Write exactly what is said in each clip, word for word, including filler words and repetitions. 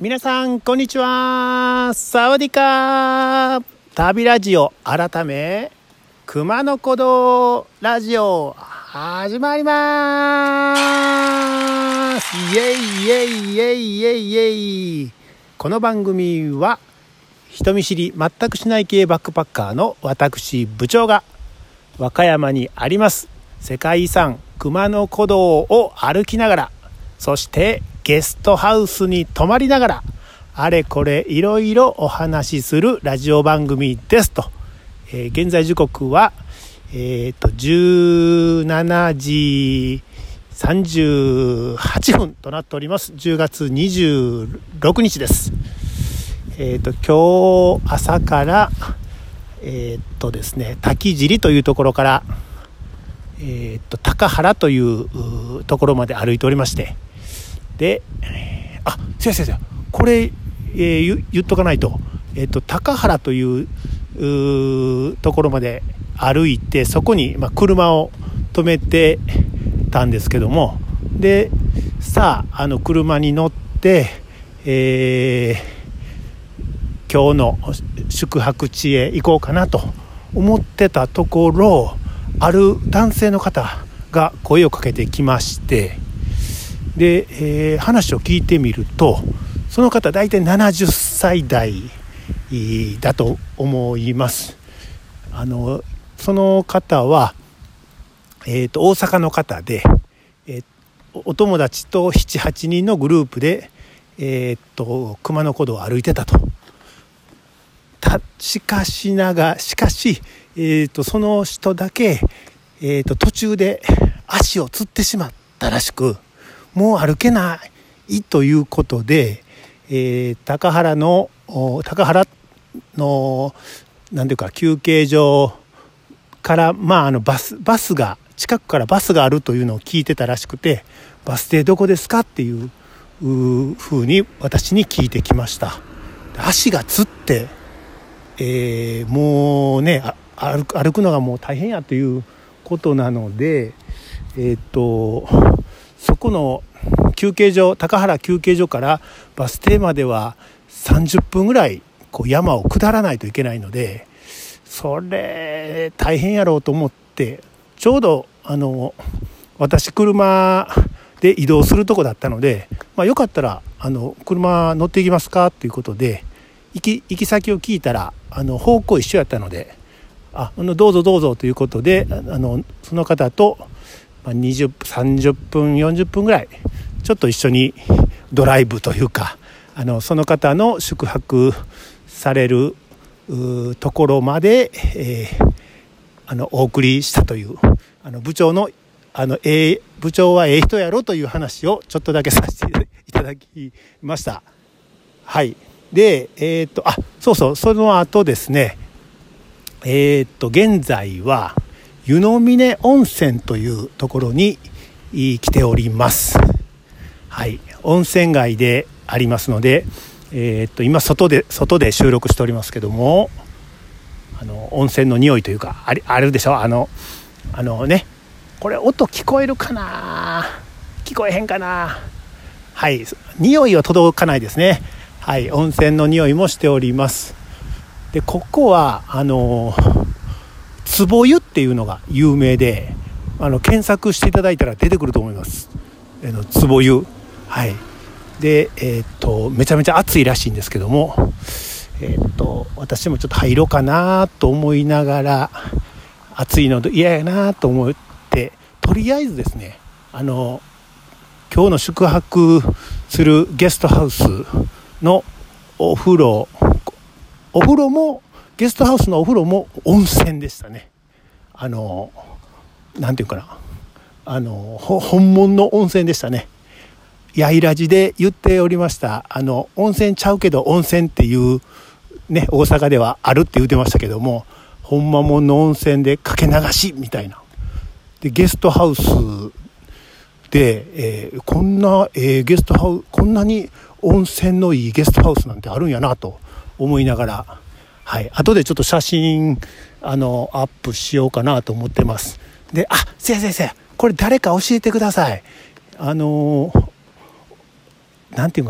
皆さんこんにちは。サワディカー。旅ラジオ改め熊野古道ラジオ始まります。イエイイエイイエイイエイイエイ。この番組は人見知り全くしない系バックパッカーの私部長が和歌山にあります世界遺産熊野古道を歩きながら、そしてゲストハウスに泊まりながらあれこれいろいろお話しするラジオ番組ですと、えー、現在時刻は、えー、とじゅうしちじさんじゅうはっぷんとなっております。じゅうがつにじゅうろくにちです。えー、と今日朝からえー、っとですね滝尻というところから、えー、っと高原というところまで歩いておりまして、であ先生これ、えー、言, 言っとかないと、えー、っと高原という、うところまで歩いて、そこに、まあ、車を止めてたんですけども、でさああの車に乗って、えー今日の宿泊地へ行こうかなと思ってたところ、ある男性の方が声をかけてきまして、で、えー、話を聞いてみると、その方大体ななじゅっさい代だと思います。あのその方は、えーと、大阪の方で、えー、お友達とななはちにんのグループで、えーと、熊野古道を歩いてたと。しかしながしかし、えー、とその人だけ、えー、と途中で足をつってしまったらしく、もう歩けないということで、えー、高原の高原のなんていうか休憩所から、まあ、あのバスバスが近くからバスがあるというのを聞いてたらしくて、バス停どこですかっていうふうに私に聞いてきました。足がつってえー、もうね歩く、歩くのがもう大変やということなので、えー、とそこの休憩所高原休憩所からバス停まではさんじゅっぷんぐらいこう山を下らないといけないので、それ大変やろうと思って、ちょうどあの私車で移動するとこだったので、まあ、よかったらあの車乗っていきますかということで行き、行き先を聞いたらあの方向一緒やったので、ああのどうぞどうぞということで、あのその方とにじゅう、さんじゅっぷんよんじゅっぷんぐらいちょっと一緒にドライブというか、あのその方の宿泊されるところまで、えー、あのお送りしたという、あの部長のあの、えー、部長はええ人やろという話をちょっとだけさせていただきました。はい。で、えー、っとあそうそうその後ですね、えー、っと現在は湯の峰温泉というところに来ております。はい、温泉街でありますので、えー、っと今外で外で収録しておりますけども、あの温泉の匂いというかありあるでしょ、あのあのね、これ音聞こえるかな、聞こえへんかな。はい、匂いは届かないですね。はい、温泉の匂いもしております。でここはあの壺湯っていうのが有名で、あの検索していただいたら出てくると思います。あの壺湯、はい。で、えー、っとめちゃめちゃ暑いらしいんですけども、えー、っと私もちょっと入ろうかなと思いながら、暑いので嫌やなと思って、とりあえずですね、あの今日の宿泊するゲストハウスのお風呂お風呂もゲストハウスのお風呂も温泉でしたね。あのなんていうかな、あの本物の温泉でしたね。やいらじで言っておりました、あの温泉ちゃうけど温泉っていうね、大阪ではあるって言ってましたけども、ほんまもんの温泉でかけ流しみたいなで、ゲストハウスで、えー、こんな、えー、ゲストハウスこんなに温泉のいいゲストハウスなんてあるんやなと思いながら、はい、後でちょっと写真あのアップしようかなと思ってます。で、あ、先生先生これ誰か教えてください。あのなんていうかな、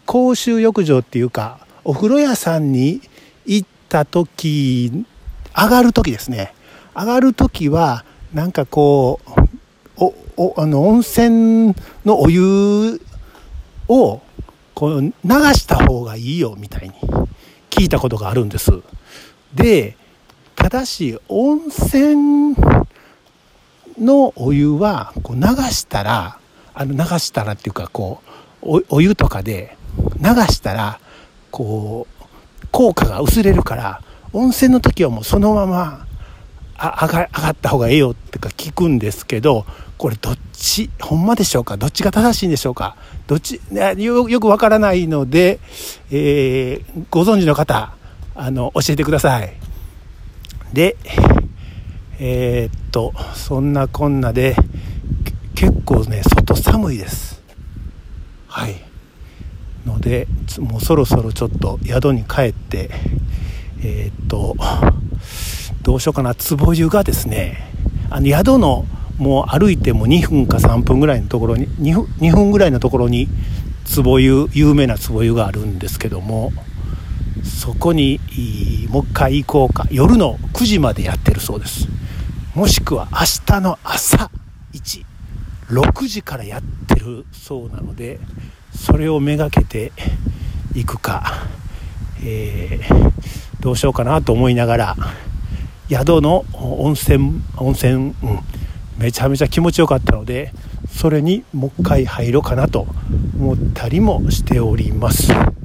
公衆浴場っていうかお風呂屋さんに行った時、上がる時ですね、上がる時はなんかこうおおあの温泉のお湯をこう流した方がいいよみたいに聞いたことがあるんです。でただし温泉のお湯はこう流したらあの流したらっていうかこう お, お湯とかで流したらこう効果が薄れるから、温泉の時はもうそのままあ上が、上がった方がええよってか聞くんですけど、これどっちほんまでしょうか、どっちが正しいんでしょうか、どっち よ, よくわからないので、えー、ご存知の方あの教えてください。でえー、っとそんなこんなで結構ね外寒いです。はいのでもうそろそろちょっと宿に帰ってえー、っとどうしようかな。壺湯がですね、あの宿のもう歩いてもにふんかさんぷんぐらいのところに 2, 分にふんぐらいのところに壺湯有名な壺湯があるんですけども、そこにもう一回行こうか。夜のくじまでやってるそうです。もしくは明日の朝いち、ろくじからやってるそうなので、それをめがけて行くか、えー、どうしようかなと思いながら、宿の温泉温泉、うん、めちゃめちゃ気持ちよかったので、それにもう一回入ろうかなと思ったりもしております。はい、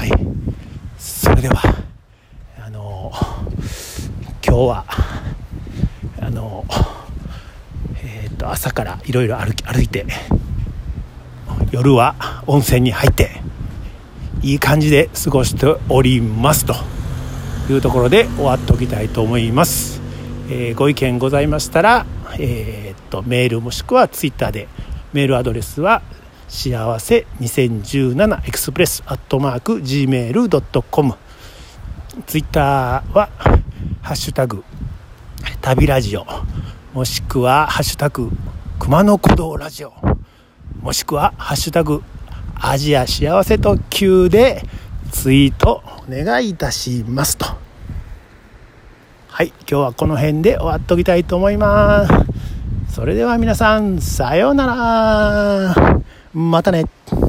それではあの今日はあの、えー、と朝からいろいろ歩き歩いて、夜は温泉に入っていい感じで過ごしておりますというところで終わっておきたいと思います。えー、ご意見ございましたら、えー、とメールもしくはツイッターで、メールアドレスは幸せにせんじゅうななエクスプレスアットマーク ジーメールドットコム、 ツイッターはハッシュタグ旅ラジオ、もしくはハッシュタグ熊野古道ラジオ、もしくはハッシュタグアジア幸せ特急でツイートお願いいたしますと。はい、今日はこの辺で終わっときたいと思います。それでは皆さんさようなら、またね。